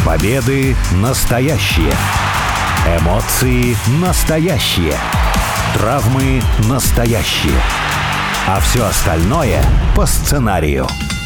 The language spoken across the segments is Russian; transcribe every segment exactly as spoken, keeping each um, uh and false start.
Победы настоящие. Эмоции настоящие. Травмы настоящие. А все остальное по сценарию.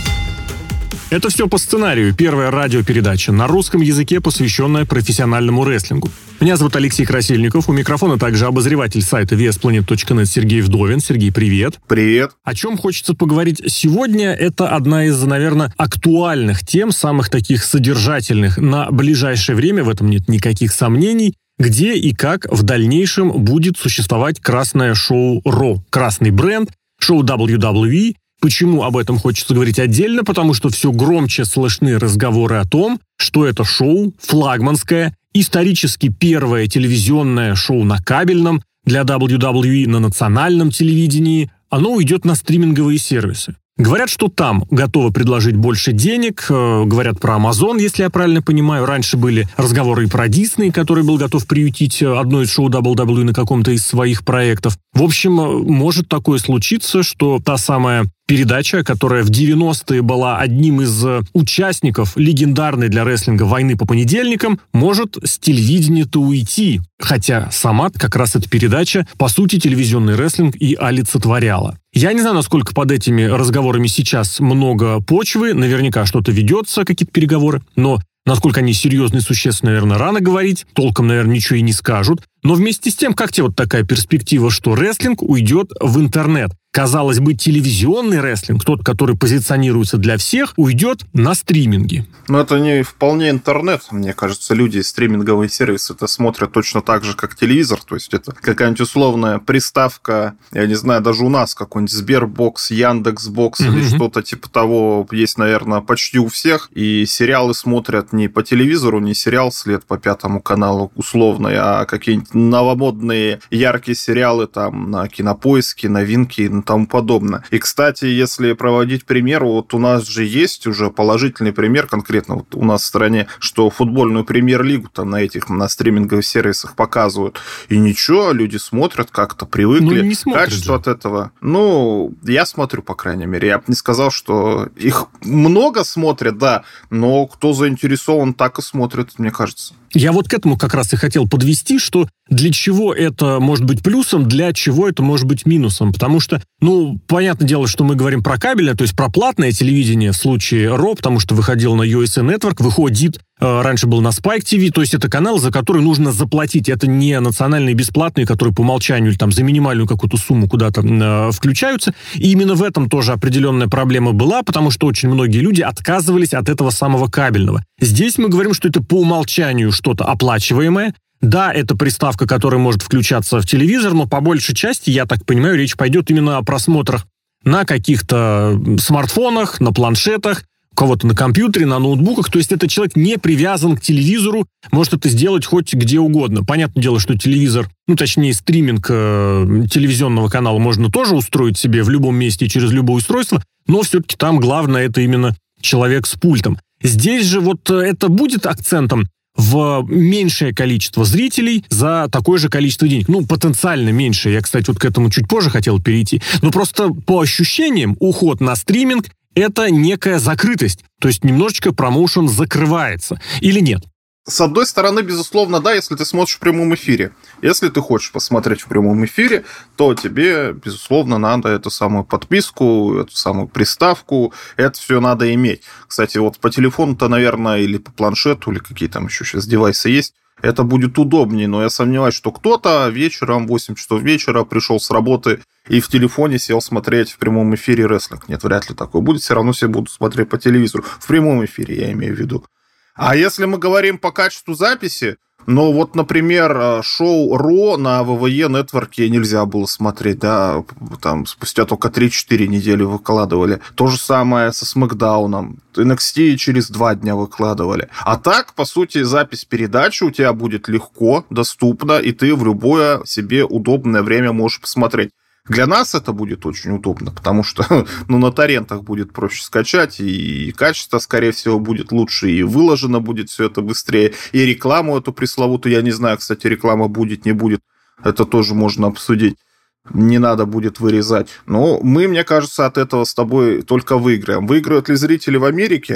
Это все по сценарию. Первая радиопередача на русском языке, посвященная профессиональному рестлингу. Меня зовут Алексей Красильников. У микрофона также обозреватель сайта ви эс планет точка нет Сергей Вдовин. Сергей, привет. Привет. О чем хочется поговорить сегодня? Это одна из, наверное, актуальных тем, самых таких содержательных на ближайшее время, в этом нет никаких сомнений, где и как в дальнейшем будет существовать красное шоу Ро. Красный бренд, шоу дабл ю дабл ю и. Почему об этом хочется говорить отдельно? Потому что все громче слышны разговоры о том, что это шоу флагманское, исторически первое телевизионное шоу на кабельном, для дабл ю дабл ю и на национальном телевидении. Оно уйдет на стриминговые сервисы. Говорят, что там готовы предложить больше денег. Говорят про Amazon, если я правильно понимаю. Раньше были разговоры и про Disney, который был готов приютить одно из шоу дабл ю дабл ю и на каком-то из своих проектов. В общем, может такое случиться, что та самая передача, которая в девяностые была одним из участников легендарной для рестлинга «Войны по понедельникам», может с телевидения-то уйти. Хотя сама как раз эта передача, по сути, телевизионный рестлинг и олицетворяла. Я не знаю, насколько под этими разговорами сейчас много почвы. Наверняка что-то ведется, какие-то переговоры. Но насколько они серьезные и существенные, наверное, рано говорить. Толком, наверное, ничего и не скажут. Но вместе с тем, как тебе вот такая перспектива, что рестлинг уйдет в интернет? Казалось бы, телевизионный рестлинг, тот, который позиционируется для всех, уйдет на стриминги. Но это не вполне интернет. Мне кажется, люди стриминговые сервисы это смотрят точно так же, как телевизор. То есть это какая-нибудь условная приставка, я не знаю, даже у нас какой-нибудь Сбербокс, Яндекс.Бокс mm-hmm. или что-то типа того есть, наверное, почти у всех. И сериалы смотрят не по телевизору, не сериал «След» по Пятому каналу условный, а какие-нибудь новомодные яркие сериалы там на Кинопоиске, новинки и тому подобное. И, кстати, если проводить пример, вот у нас же есть уже положительный пример, конкретно вот у нас в стране, что футбольную премьер-лигу там на этих, на стриминговых сервисах показывают. И ничего, люди смотрят как-то, привыкли. Ну, не смотрят Качество же. от этого. Ну, я смотрю, по крайней мере. Я бы не сказал, что их много смотрят, да, но кто заинтересован, так и смотрит, мне кажется. Я вот к этому как раз и хотел подвести, что для чего это может быть плюсом, для чего это может быть минусом. Потому что, ну, понятное дело, что мы говорим про кабельное, то есть про платное телевидение в случае Ро, потому что выходил на ю эс эй Network, выходит, э, раньше был на Spike ти ви, то есть это канал, за который нужно заплатить. Это не национальные бесплатные, которые по умолчанию или там за минимальную какую-то сумму куда-то э, включаются. И именно в этом тоже определенная проблема была, потому что очень многие люди отказывались от этого самого кабельного. Здесь мы говорим, что это по умолчанию что-то оплачиваемое. Да, это приставка, которая может включаться в телевизор, но по большей части, я так понимаю, речь пойдет именно о просмотрах на каких-то смартфонах, на планшетах, у кого-то на компьютере, на ноутбуках. То есть этот человек не привязан к телевизору, может это сделать хоть где угодно. Понятное дело, что телевизор, ну, точнее, стриминг э, телевизионного канала можно тоже устроить себе в любом месте через любое устройство, но все-таки там главное это именно человек с пультом. Здесь же вот это будет акцентом в меньшее количество зрителей за такое же количество денег. Ну, потенциально меньше. Я, кстати, вот к этому чуть позже хотел перейти. Но просто по ощущениям уход на стриминг – это некая закрытость. То есть немножечко промоушен закрывается. Или нет? С одной стороны, безусловно, да, если ты смотришь в прямом эфире. Если ты хочешь посмотреть в прямом эфире, то тебе, безусловно, надо эту самую подписку, эту самую приставку, это все надо иметь. Кстати, вот по телефону-то, наверное, или по планшету, или какие там еще сейчас девайсы есть, это будет удобнее, но я сомневаюсь, что кто-то вечером, в восемь часов вечера пришел с работы и в телефоне сел смотреть в прямом эфире рестлинг. Нет, вряд ли такое будет, все равно все будут смотреть по телевизору. В прямом эфире, я имею в виду. А если мы говорим по качеству записи, ну вот, например, шоу Ро на вэ вэ е Нетворке нельзя было смотреть, да, там спустя только три-четыре недели выкладывали. То же самое со Смэкдауном. эн экс ти через два дня выкладывали. А так, по сути, запись передачи у тебя будет легко, доступна, и ты в любое себе удобное время можешь посмотреть. Для нас это будет очень удобно, потому что ну, на торрентах будет проще скачать, и качество, скорее всего, будет лучше, и выложено будет все это быстрее, и рекламу эту пресловутую, я не знаю, кстати, реклама будет, не будет, это тоже можно обсудить. Не надо будет вырезать. Но мы, мне кажется, от этого с тобой только выиграем. Выиграют ли зрители в Америке?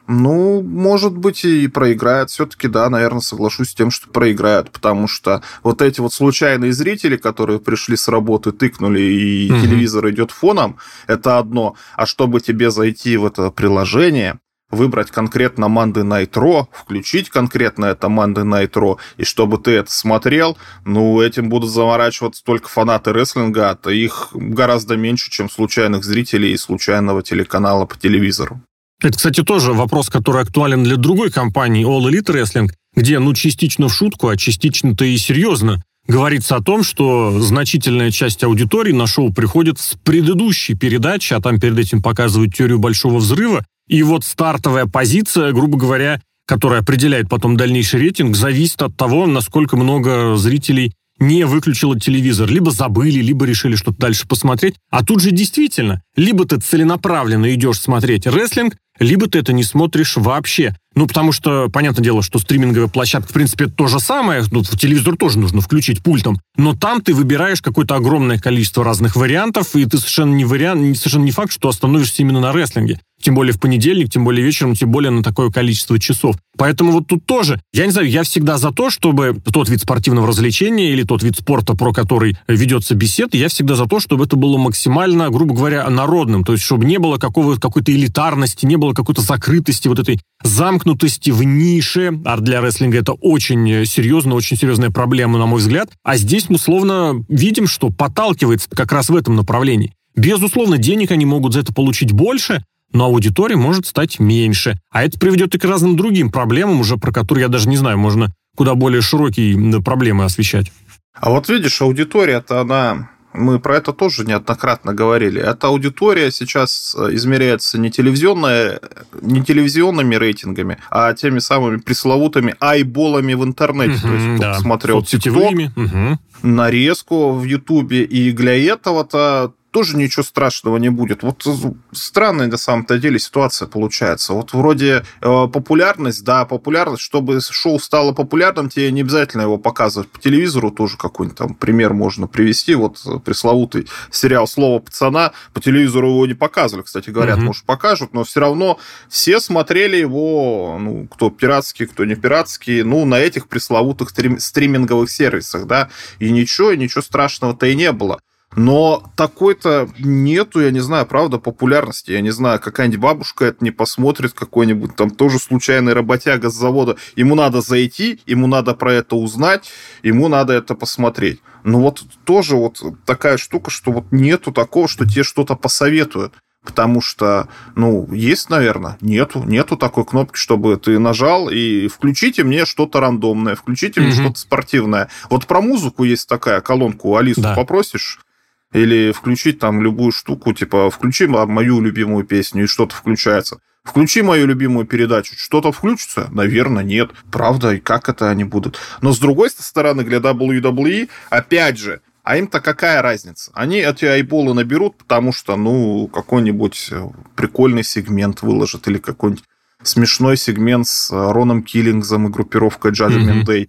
Ну, может быть, и проиграет. Все-таки, да, наверное, соглашусь с тем, что проиграют, потому что вот эти вот случайные зрители, которые пришли с работы, тыкнули, и угу. телевизор идет фоном, это одно. А чтобы тебе зайти в это приложение, выбрать конкретно Monday Night Raw, включить конкретно это Monday Night Raw, и чтобы ты это смотрел, ну, этим будут заморачиваться только фанаты рестлинга, а их гораздо меньше, чем случайных зрителей и случайного телеканала по телевизору. Это, кстати, тоже вопрос, который актуален для другой компании All Elite Wrestling, где, ну, частично в шутку, а частично-то и серьезно говорится о том, что значительная часть аудитории на шоу приходит с предыдущей передачи, а там перед этим показывают теорию Большого Взрыва, и вот стартовая позиция, грубо говоря, которая определяет потом дальнейший рейтинг, зависит от того, насколько много зрителей не выключило телевизор. Либо забыли, либо решили что-то дальше посмотреть. А тут же действительно, либо ты целенаправленно идешь смотреть рестлинг, либо ты это не смотришь вообще. Ну, потому что, понятное дело, что стриминговая площадка, в принципе, это то же самое. Ну, телевизор тоже нужно включить пультом. Но там ты выбираешь какое-то огромное количество разных вариантов, и ты совершенно не, вариант, совершенно не факт, что остановишься именно на рестлинге. Тем более в понедельник, тем более вечером, тем более на такое количество часов. Поэтому вот тут тоже, я не знаю, я всегда за то, чтобы тот вид спортивного развлечения или тот вид спорта, про который ведется беседа, я всегда за то, чтобы это было максимально, грубо говоря, народным. То есть, чтобы не было какого, какой-то элитарности, не было какой-то закрытости, вот этой замкнутости в нише. А для рестлинга это очень серьезно, очень серьезная проблема, на мой взгляд. А здесь мы словно видим, что подталкивается как раз в этом направлении. Безусловно, денег они могут за это получить больше, но аудитория может стать меньше. А это приведет и к разным другим проблемам, уже про которые я даже не знаю, можно куда более широкие проблемы освещать. А вот видишь, аудитория-то она... Мы про это тоже неоднократно говорили. Эта аудитория сейчас измеряется не, телевизионная, не телевизионными рейтингами, а теми самыми пресловутыми айболами в интернете. Угу, То есть, да. посмотрел ТикТок, угу. нарезку в Ютубе, и для этого-то тоже ничего страшного не будет. Вот странная на самом-то деле ситуация получается. Вот вроде э, популярность, да, популярность, чтобы шоу стало популярным, тебе не обязательно его показывать по телевизору, тоже какой-нибудь там пример можно привести. Вот пресловутый сериал «Слово пацана», по телевизору его не показывали, кстати, говорят, mm-hmm. может, покажут, но все равно все смотрели его, ну, кто пиратский, кто не пиратский, ну, на этих пресловутых стрим- стриминговых сервисах, да, и ничего, и ничего страшного-то и не было. Но такой-то нету, я не знаю, правда, популярности. Я не знаю, какая-нибудь бабушка это не посмотрит, какой-нибудь там тоже случайный работяга с завода. Ему надо зайти, ему надо про это узнать, ему надо это посмотреть. Ну вот тоже вот такая штука, что вот нету такого, что тебе что-то посоветуют. Потому что, ну, есть, наверное, нету, нету такой кнопки, чтобы ты нажал и включите мне что-то рандомное, включите mm-hmm. мне что-то спортивное. Вот про музыку есть такая колонку, Алису да. попросишь, или включить там любую штуку, типа, включи мою любимую песню, и что-то включается. Включи мою любимую передачу, что-то включится? Наверное, нет. Правда, и как это они будут? Но с другой стороны, для дабл ю дабл ю и, опять же, а им-то какая разница? Они эти айболы наберут, потому что, ну, какой-нибудь прикольный сегмент выложат, или какой-нибудь смешной сегмент с Роном Киллингсом и группировкой Judgment Day.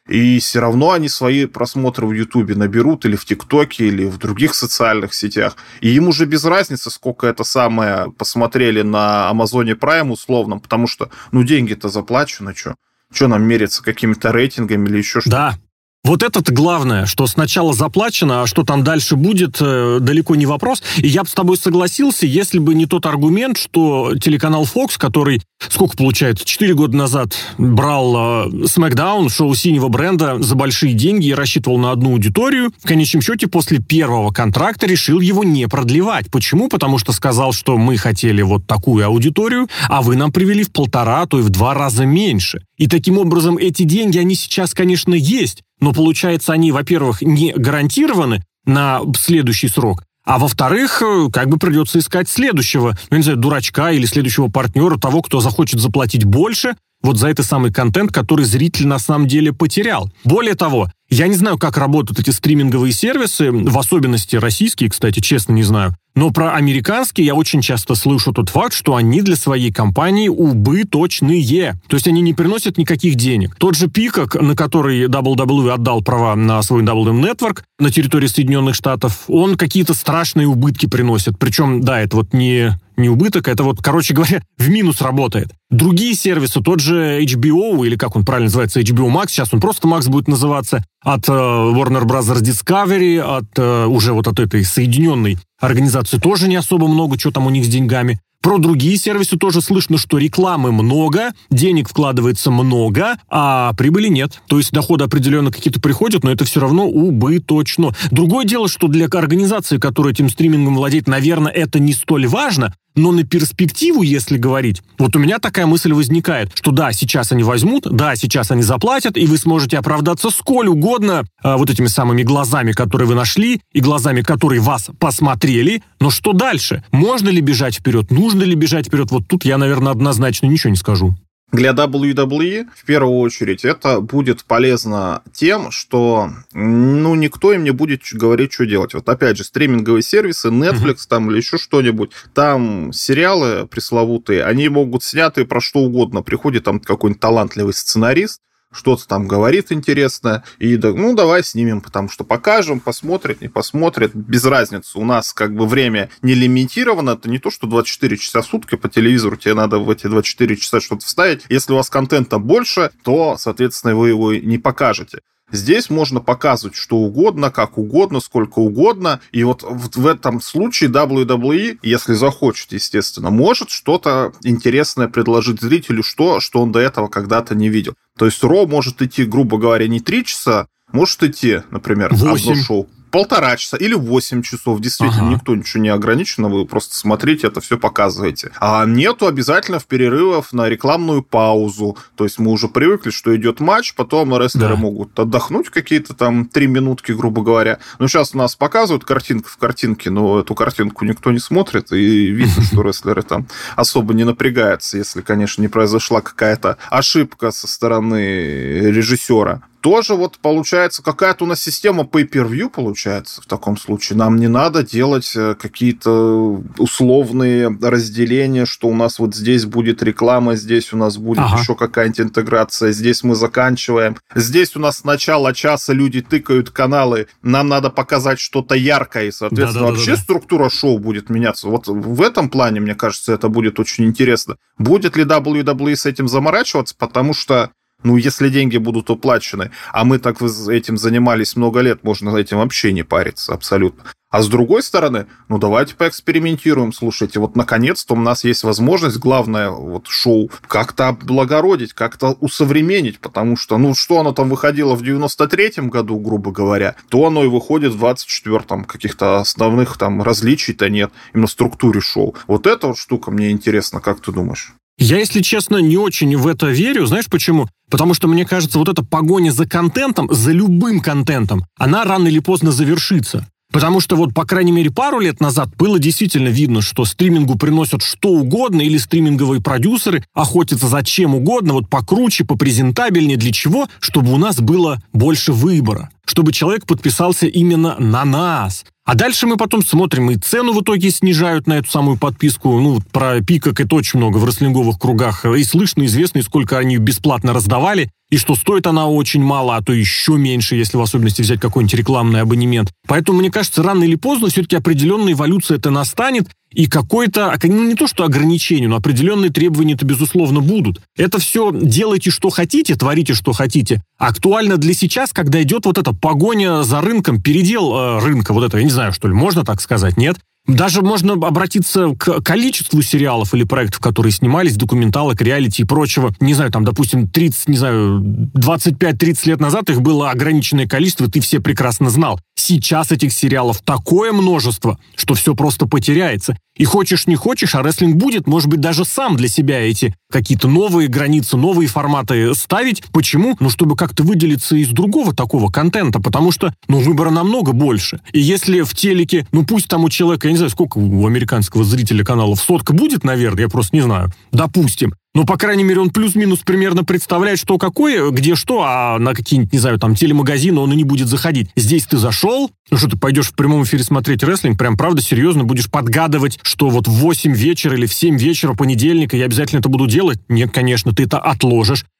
И все равно они свои просмотры в Ютубе наберут, или в ТикТоке, или в других социальных сетях. И им уже без разницы, сколько это самое посмотрели на Амазоне Прайм условно, потому что, ну, деньги-то заплачены, что? Что нам мериться какими-то рейтингами или еще что-то? Да. Вот это-то главное, что сначала заплачено, а что там дальше будет, э, далеко не вопрос. И я бы с тобой согласился, если бы не тот аргумент, что телеканал Fox, который, сколько получается, четыре года назад брал э, SmackDown, шоу синего бренда, за большие деньги и рассчитывал на одну аудиторию, в конечном счете после первого контракта решил его не продлевать. Почему? Потому что сказал, что мы хотели вот такую аудиторию, а вы нам привели в полтора, а то и в два раза меньше. И таким образом эти деньги, они сейчас, конечно, есть, но, получается, они, во-первых, не гарантированы на следующий срок, а во-вторых, как бы придется искать следующего, ну, не знаю, дурачка или следующего партнера, того, кто захочет заплатить больше вот за этот самый контент, который зритель на самом деле потерял. Более того, я не знаю, как работают эти стриминговые сервисы, в особенности российские, кстати, честно не знаю, но про американские я очень часто слышу тот факт, что они для своей компании убыточные. То есть они не приносят никаких денег. Тот же Peacock, на который дабл ю дабл ю и отдал права на свой дабл ю дабл ю Network на территории Соединенных Штатов, он какие-то страшные убытки приносит. Причем, да, это вот не... не убыток, это вот, короче говоря, в минус работает. Другие сервисы, тот же эйч би о, или как он правильно называется, эйч би о Max, сейчас он просто Max будет называться, от э, Warner Bros. Discovery, от э, уже вот от этой соединенной организации тоже не особо много, что там у них с деньгами. Про другие сервисы тоже слышно, что рекламы много, денег вкладывается много, а прибыли нет. То есть доходы определенно какие-то приходят, но это все равно убыточно. Другое дело, что для организации, которая этим стримингом владеет, наверное, это не столь важно, но на перспективу, если говорить, вот у меня такая мысль возникает, что да, сейчас они возьмут, да, сейчас они заплатят, и вы сможете оправдаться сколь угодно а, вот этими самыми глазами, которые вы нашли, и глазами, которые вас посмотрели. Но что дальше? Можно ли бежать вперед? Нужно ли бежать вперед? Вот тут я, наверное, однозначно ничего не скажу. Для дабл ю дабл ю и, в первую очередь, это будет полезно тем, что ну, никто им не будет говорить, что делать. Вот опять же, стриминговые сервисы, Netflix uh-huh. там или еще что-нибудь, там сериалы пресловутые, они могут сняты про что угодно. Приходит там какой-нибудь талантливый сценарист, что-то там говорит интересное, и ну давай снимем, потому что покажем, посмотрят, не посмотрят, без разницы. У нас как бы время не лимитировано, это не то, что двадцать четыре часа в сутки по телевизору, тебе надо в эти двадцать четыре часа что-то вставить. Если у вас контента больше, то, соответственно, вы его не покажете. Здесь можно показывать что угодно, как угодно, сколько угодно. И вот в этом случае дабл ю дабл ю и, если захочет, естественно, может что-то интересное предложить зрителю, что, что он до этого когда-то не видел. То есть Ро может идти, грубо говоря, не три часа, может идти, например, восемь. Одно шоу. Полтора часа или восемь часов. Действительно, ага. никто ничего не ограничен, вы просто смотрите, это все показываете. А нету обязательно в перерывах на рекламную паузу. То есть мы уже привыкли, что идет матч, потом рестлеры да. могут отдохнуть какие-то там три минутки, грубо говоря. Но сейчас у нас показывают картинка в картинке, но эту картинку никто не смотрит, и видно, что рестлеры там особо не напрягаются, если, конечно, не произошла какая-то ошибка со стороны режиссера. Тоже вот получается какая-то у нас система pay-per-view получается в таком случае. Нам не надо делать какие-то условные разделения, что у нас вот здесь будет реклама, здесь у нас будет ага. еще какая-нибудь интеграция, здесь мы заканчиваем. Здесь у нас с начала часа люди тыкают каналы, нам надо показать что-то яркое, и, соответственно, да, да, вообще да, да. структура шоу будет меняться. Вот в этом плане, мне кажется, это будет очень интересно. Будет ли дабл ю дабл ю и с этим заморачиваться? Потому что ну, если деньги будут уплачены, а мы так этим занимались много лет, можно этим вообще не париться абсолютно. А с другой стороны, ну, давайте поэкспериментируем. Слушайте, вот наконец-то у нас есть возможность, главное, вот шоу, как-то облагородить, как-то усовременить, потому что, ну, что оно там выходило в девяносто третьем году, грубо говоря, то оно и выходит в двадцать четвёртом. Каких-то основных там различий-то нет именно в структуре шоу. Вот эта вот штука мне интересна, как ты думаешь? Я, если честно, не очень в это верю. Знаешь почему? Потому что, мне кажется, вот эта погоня за контентом, за любым контентом, она рано или поздно завершится. Потому что вот, по крайней мере, пару лет назад было действительно видно, что стримингу приносят что угодно, или стриминговые продюсеры охотятся за чем угодно, вот покруче, попрезентабельнее. Для чего? Чтобы у нас было больше выбора. Чтобы человек подписался именно на нас. А дальше мы потом смотрим, и цену в итоге снижают на эту самую подписку. Ну, про Пикок это очень много в рестлинговых кругах. И слышно, известно, и сколько они бесплатно раздавали. И что стоит она очень мало, а то еще меньше, если в особенности взять какой-нибудь рекламный абонемент. Поэтому, мне кажется, рано или поздно все-таки определенная эволюция это настанет, и какое-то, ну не то что ограничение, но определенные требования-то, безусловно, будут. Это все делайте, что хотите, творите, что хотите. Актуально для сейчас, когда идет вот эта погоня за рынком, передел э, рынка, вот это, я не знаю, что ли, можно так сказать, нет? Даже можно обратиться к количеству сериалов или проектов, которые снимались, документалок, реалити и прочего. Не знаю, там, допустим, тридцать, не знаю, двадцать пять тридцать лет назад их было ограниченное количество, ты все прекрасно знал. Сейчас этих сериалов такое множество, что все просто потеряется. И хочешь не хочешь, а рестлинг будет, может быть, даже сам для себя эти какие-то новые границы, новые форматы ставить. Почему? Ну, чтобы как-то выделиться из другого такого контента, потому что, ну, выбора намного больше. И если в телеке, ну, пусть там у человека, я не знаю, сколько у американского зрителя каналов, сотка будет, наверное, я просто не знаю, допустим. Но, по крайней мере, он плюс-минус примерно представляет, что какое, где что, а на какие-нибудь, не знаю, там, телемагазины он и не будет заходить. Здесь ты зашел, ну что, ты пойдешь в прямом эфире смотреть рестлинг, прям, правда, серьезно, будешь подгадывать, что вот в восемь вечера или в семь вечера понедельника я обязательно это буду делать? Нет, конечно, ты это отложишь.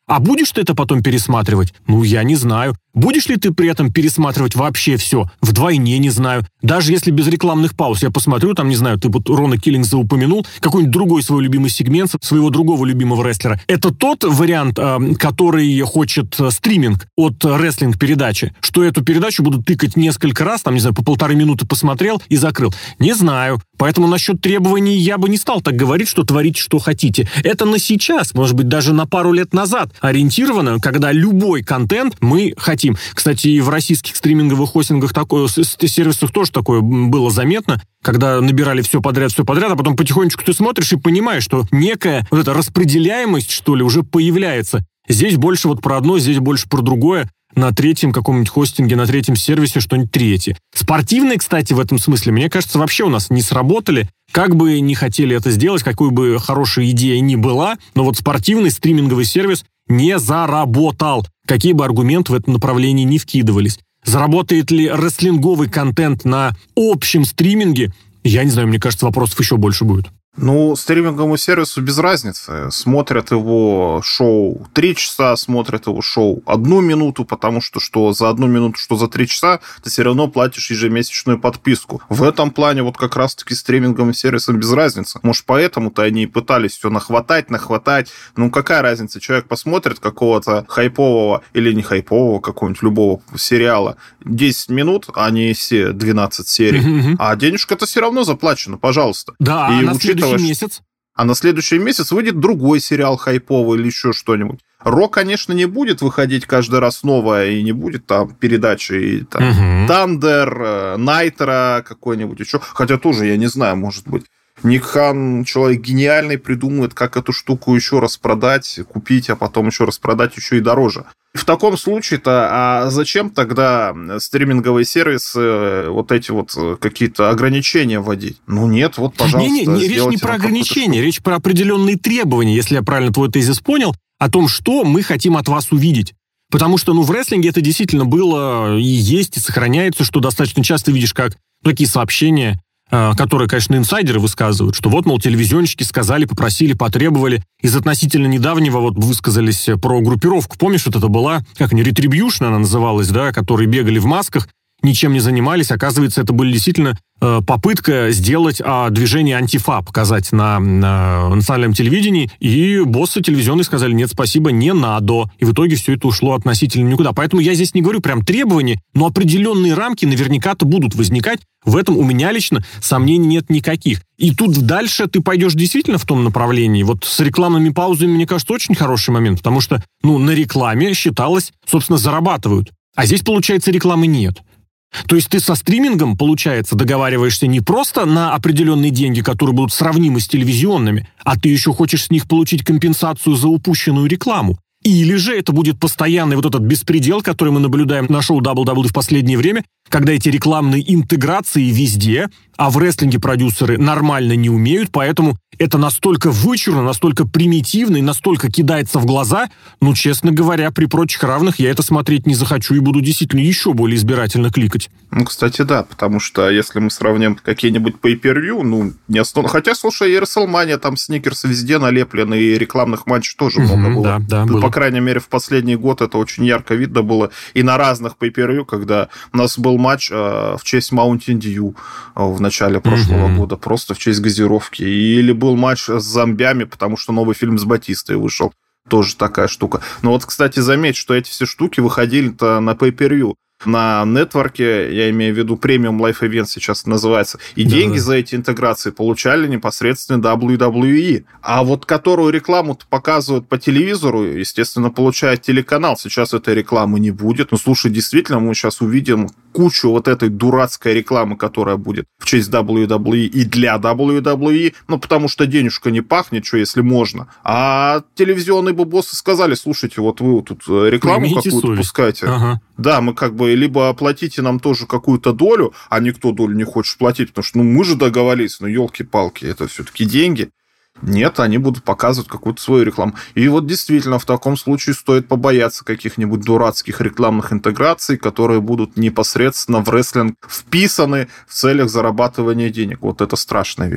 А будешь ты это потом пересматривать? Ну, я не знаю. Будешь ли ты при этом пересматривать вообще все? Вдвойне не знаю. Даже если без рекламных пауз. Я посмотрю, там, не знаю, ты вот Рона Киллингса упомянул, какой-нибудь другой свой любимый сегмент, своего другого любимого рестлера. Это тот вариант, который хочет стриминг от рестлинг-передачи, что эту передачу будут тыкать несколько раз, там, не знаю, по полторы минуты посмотрел и закрыл. Не знаю. Поэтому насчет требований я бы не стал так говорить, что творите, что хотите. Это на сейчас, может быть, даже на пару лет назад ориентировано, когда любой контент мы хотим. Кстати, и в российских стриминговых хостингах такое, сервисах тоже такое было заметно, когда набирали все подряд, все подряд, а потом потихонечку ты смотришь и понимаешь, что некая вот эта распределяемость, что ли, уже появляется. Здесь больше вот про одно, здесь больше про другое. На третьем каком-нибудь хостинге, на третьем сервисе что-нибудь третье. Спортивные, кстати, в этом смысле, мне кажется, вообще у нас не сработали. Как бы не хотели это сделать, какой бы хорошая идея ни была, но вот спортивный стриминговый сервис не заработал. Какие бы аргументы в этом направлении не вкидывались. Заработает ли рестлинговый контент на общем стриминге? Я не знаю, мне кажется, вопросов еще больше будет. Ну, стриминговому сервису без разницы. Смотрят его шоу три часа, смотрят его шоу одну минуту, потому что что за одну минуту, что за три часа, ты все равно платишь ежемесячную подписку. В этом плане вот как раз-таки стриминговым сервисом без разницы. Может, поэтому-то они и пытались все нахватать, нахватать. Ну, какая разница? Человек посмотрит какого-то хайпового или не хайпового, какого-нибудь любого сериала десять минут, а не все двенадцать серий. Mm-hmm. А денежка-то все равно заплачена, пожалуйста. Да, и а на следующий месяц? А на следующий месяц выйдет другой сериал хайповый или еще что-нибудь. Ро, конечно, не будет выходить каждый раз новое, и не будет там передачи и там угу. Тандер, Найтро какой-нибудь еще. Хотя тоже, я не знаю, может быть. Ник Хан, человек гениальный, придумает, как эту штуку еще раз продать, купить, а потом еще раз продать еще и дороже. В таком случае-то, а зачем тогда стриминговые сервисы вот эти вот какие-то ограничения вводить? Ну нет, вот, пожалуйста, не, не, не, речь не про ограничения, речь про определенные требования, если я правильно твой тезис понял, о том, что мы хотим от вас увидеть. Потому что, ну, в рестлинге это действительно было и есть, и сохраняется, что достаточно часто видишь, как такие сообщения, которые, конечно, инсайдеры высказывают, что вот, мол, телевизионщики сказали, попросили, потребовали. Из относительно недавнего вот высказались про группировку. Помнишь, вот это была, как они, Retribution она называлась, да, которые бегали в масках, ничем не занимались. Оказывается, это были действительно э, попытка сделать э, движение антифа, показать на, на национальном телевидении. И боссы телевизионные сказали, нет, спасибо, не надо. И в итоге все это ушло относительно никуда. Поэтому я здесь не говорю прям требования, но определенные рамки наверняка-то будут возникать. В этом у меня лично сомнений нет никаких. И тут дальше ты пойдешь действительно в том направлении. Вот с рекламными паузами, мне кажется, очень хороший момент, потому что, ну, на рекламе считалось, собственно, зарабатывают. А здесь, получается, рекламы нет. То есть ты со стримингом, получается, договариваешься не просто на определенные деньги, которые будут сравнимы с телевизионными, а ты еще хочешь с них получить компенсацию за упущенную рекламу. Или же это будет постоянный вот этот беспредел, который мы наблюдаем на шоу дабл ю дабл ю и в последнее время, когда эти рекламные интеграции везде, а в рестлинге продюсеры нормально не умеют, поэтому это настолько вычурно, настолько примитивно и настолько кидается в глаза, ну, честно говоря, при прочих равных я это смотреть не захочу и буду действительно еще более избирательно кликать. Ну, кстати, да, потому что если мы сравним какие-нибудь pay-per-view, ну, не основ... Хотя, слушай, и WrestleMania, там сникерсы везде налеплены, и рекламных матчей тоже mm-hmm, много было. Да, да, ну, было. По крайней мере, в последний год это очень ярко видно было и на разных pay-per-view, когда у нас был матч э, в честь Mountain Dew э, в начале прошлого mm-hmm. года, просто в честь газировки. Или был матч с зомбями, потому что новый фильм с Батистой вышел. Тоже такая штука. Но вот, кстати, заметь, что эти все штуки выходили-то на pay-per-view. На нетворке, я имею в виду премиум Live Event сейчас называется, и да. деньги за эти интеграции получали непосредственно дабл ю дабл ю и. А вот которую рекламу показывают по телевизору, естественно, получает телеканал. Сейчас этой рекламы не будет. Но, слушай, действительно, мы сейчас увидим кучу вот этой дурацкой рекламы, которая будет в честь дабл ю дабл ю и и для дабл ю дабл ю и, ну, потому что денежка не пахнет, что если можно. А телевизионные бы боссы сказали, слушайте, вот вы тут рекламу Примите какую-то совесть. Пускаете. Ага. Да, мы как бы либо оплатите нам тоже какую-то долю, а никто долю не хочет платить, потому что ну мы же договорились, ну елки-палки, это все-таки деньги. Нет, они будут показывать какую-то свою рекламу. И вот действительно в таком случае стоит побояться каких-нибудь дурацких рекламных интеграций, которые будут непосредственно в рестлинг вписаны в целях зарабатывания денег. Вот это страшная вещь.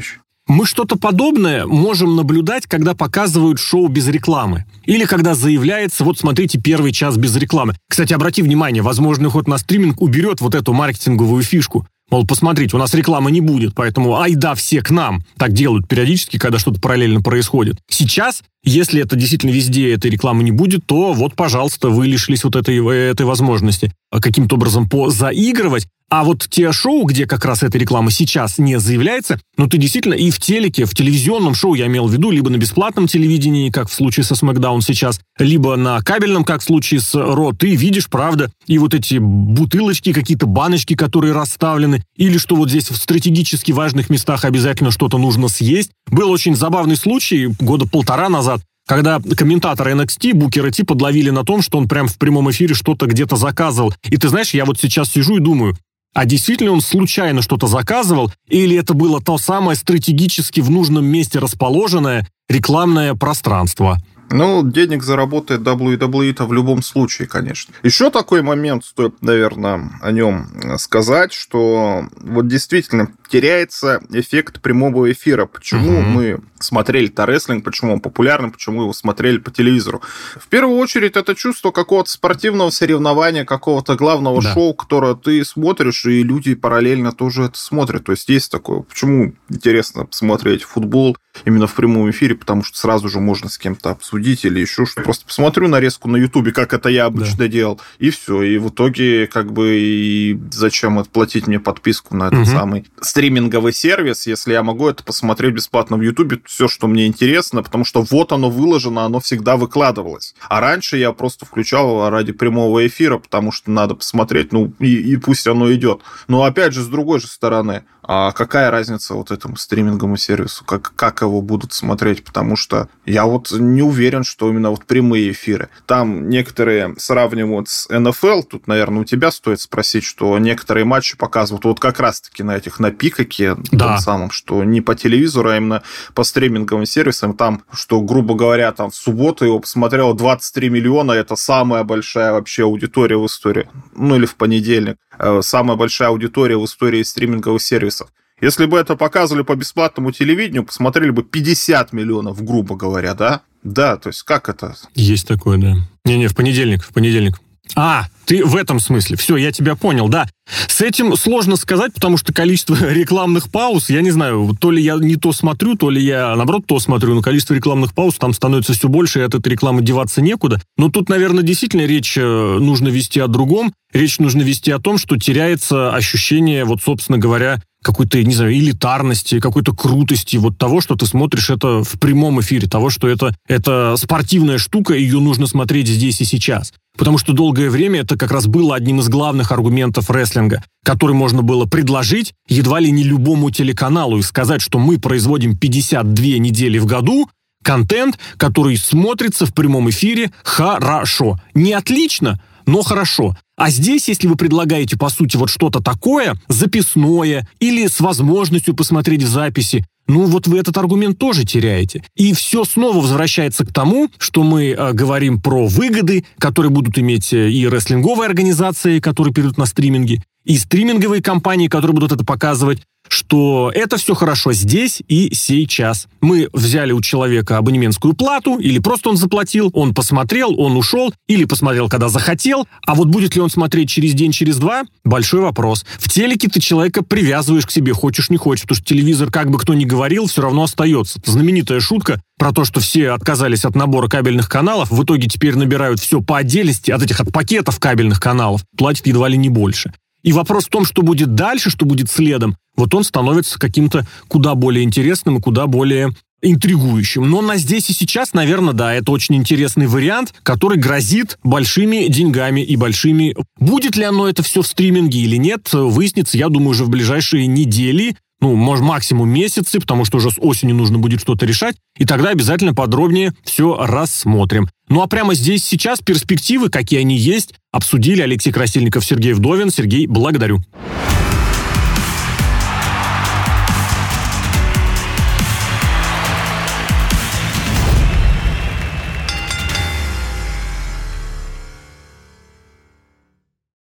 Мы что-то подобное можем наблюдать, когда показывают шоу без рекламы. Или когда заявляется, вот смотрите, первый час без рекламы. Кстати, обрати внимание, возможный ход на стриминг уберет вот эту маркетинговую фишку. Мол, посмотрите, у нас рекламы не будет, поэтому айда все к нам. Так делают периодически, когда что-то параллельно происходит. Сейчас, если это действительно везде этой рекламы не будет, то вот, пожалуйста, вы лишились вот этой, этой возможности каким-то образом позаигрывать. А вот те шоу, где как раз эта реклама сейчас не заявляется, ну ты действительно и в телеке, в телевизионном шоу, я имел в виду, либо на бесплатном телевидении, как в случае со SmackDown сейчас, либо на кабельном, как в случае с Raw, ты видишь, правда, и вот эти бутылочки, какие-то баночки, которые расставлены, или что вот здесь в стратегически важных местах обязательно что-то нужно съесть. Был очень забавный случай года полтора назад, когда комментаторы эн экс ти, Букера Ти, подловили на том, что он прям в прямом эфире что-то где-то заказывал. И ты знаешь, я вот сейчас сижу и думаю, а действительно он случайно что-то заказывал, или это было то самое стратегически в нужном месте расположенное рекламное пространство? Ну, денег заработает дабл ю дабл ю и-то в любом случае, конечно. Еще такой момент стоит, наверное, о нем сказать, что вот действительно теряется эффект прямого эфира. Почему uh-huh. мы смотрели-то рестлинг, почему он популярный, почему его смотрели по телевизору? В первую очередь, это чувство какого-то спортивного соревнования, какого-то главного да. шоу, которое ты смотришь, и люди параллельно тоже это смотрят. То есть есть такое. Почему интересно посмотреть футбол именно в прямом эфире? Потому что сразу же можно с кем-то обсудить или еще что-то. Просто посмотрю нарезку на Ютубе, как это я обычно да. делал, и все. И в итоге, как бы, и зачем отплатить мне подписку на этот угу. самый стриминговый сервис, если я могу это посмотреть бесплатно в Ютубе, все, что мне интересно, потому что вот оно выложено, оно всегда выкладывалось. А раньше я просто включал ради прямого эфира, потому что надо посмотреть, ну, и, и пусть оно идет. Но опять же, с другой же стороны, а какая разница вот этому стриминговому сервису, как, как его будут смотреть, потому что я вот не уверен, что именно вот прямые эфиры. Там некоторые сравнивают с эн эф эл, тут, наверное, у тебя стоит спросить, что некоторые матчи показывают вот как раз-таки на этих, на пикаке, да. том самом, что не по телевизору, а именно по стриминговым сервисам, там, что, грубо говоря, там в субботу его посмотрело двадцать три миллиона, это самая большая вообще аудитория в истории, ну или в понедельник, самая большая аудитория в истории стриминговых сервисов. Если бы это показывали по бесплатному телевидению, посмотрели бы пятьдесят миллионов, грубо говоря, да? Да, то есть как это? Есть такое, да. Не-не, в понедельник, в понедельник. А, ты в этом смысле. Все, я тебя понял, да. С этим сложно сказать, потому что количество рекламных пауз, я не знаю, то ли я не то смотрю, то ли я, наоборот, то смотрю, но количество рекламных пауз там становится все больше, и от этой рекламы деваться некуда. Но тут, наверное, действительно речь нужно вести о другом. Речь нужно вести о том, что теряется ощущение, вот, собственно говоря, какой-то, не знаю, элитарности, какой-то крутости, вот того, что ты смотришь это в прямом эфире, того, что это, это спортивная штука, ее нужно смотреть здесь и сейчас. Потому что долгое время это как раз было одним из главных аргументов рестлинга, который можно было предложить едва ли не любому телеканалу и сказать, что мы производим пятьдесят две недели в году, контент, который смотрится в прямом эфире хорошо. Не отлично, но хорошо. А здесь, если вы предлагаете, по сути, вот что-то такое, записное, или с возможностью посмотреть в записи, ну вот вы этот аргумент тоже теряете. И все снова возвращается к тому, что мы э, говорим про выгоды, которые будут иметь и рестлинговые организации, которые перейдут на стриминги, и стриминговые компании, которые будут это показывать, что это все хорошо здесь и сейчас. Мы взяли у человека абонементскую плату, или просто он заплатил, он посмотрел, он ушел, или посмотрел, когда захотел, а вот будет ли он смотреть через день, через два, большой вопрос. В телеке ты человека привязываешь к себе, хочешь не хочешь, потому что телевизор, как бы кто ни говорил, все равно остается. Это знаменитая шутка про то, что все отказались от набора кабельных каналов, в итоге теперь набирают все по отдельности, от этих от пакетов кабельных каналов, платят едва ли не больше. И вопрос в том, что будет дальше, что будет следом, вот он становится каким-то куда более интересным и куда более интригующим. Но на здесь и сейчас, наверное, да, это очень интересный вариант, который грозит большими деньгами и большими... Будет ли оно это все в стриминге или нет, выяснится, я думаю, уже в ближайшие недели, ну, может, максимум месяцы, потому что уже с осени нужно будет что-то решать, и тогда обязательно подробнее все рассмотрим. Ну, а прямо здесь сейчас перспективы, какие они есть, обсудили Алексей Красильников, Сергей Вдовин. Сергей, благодарю.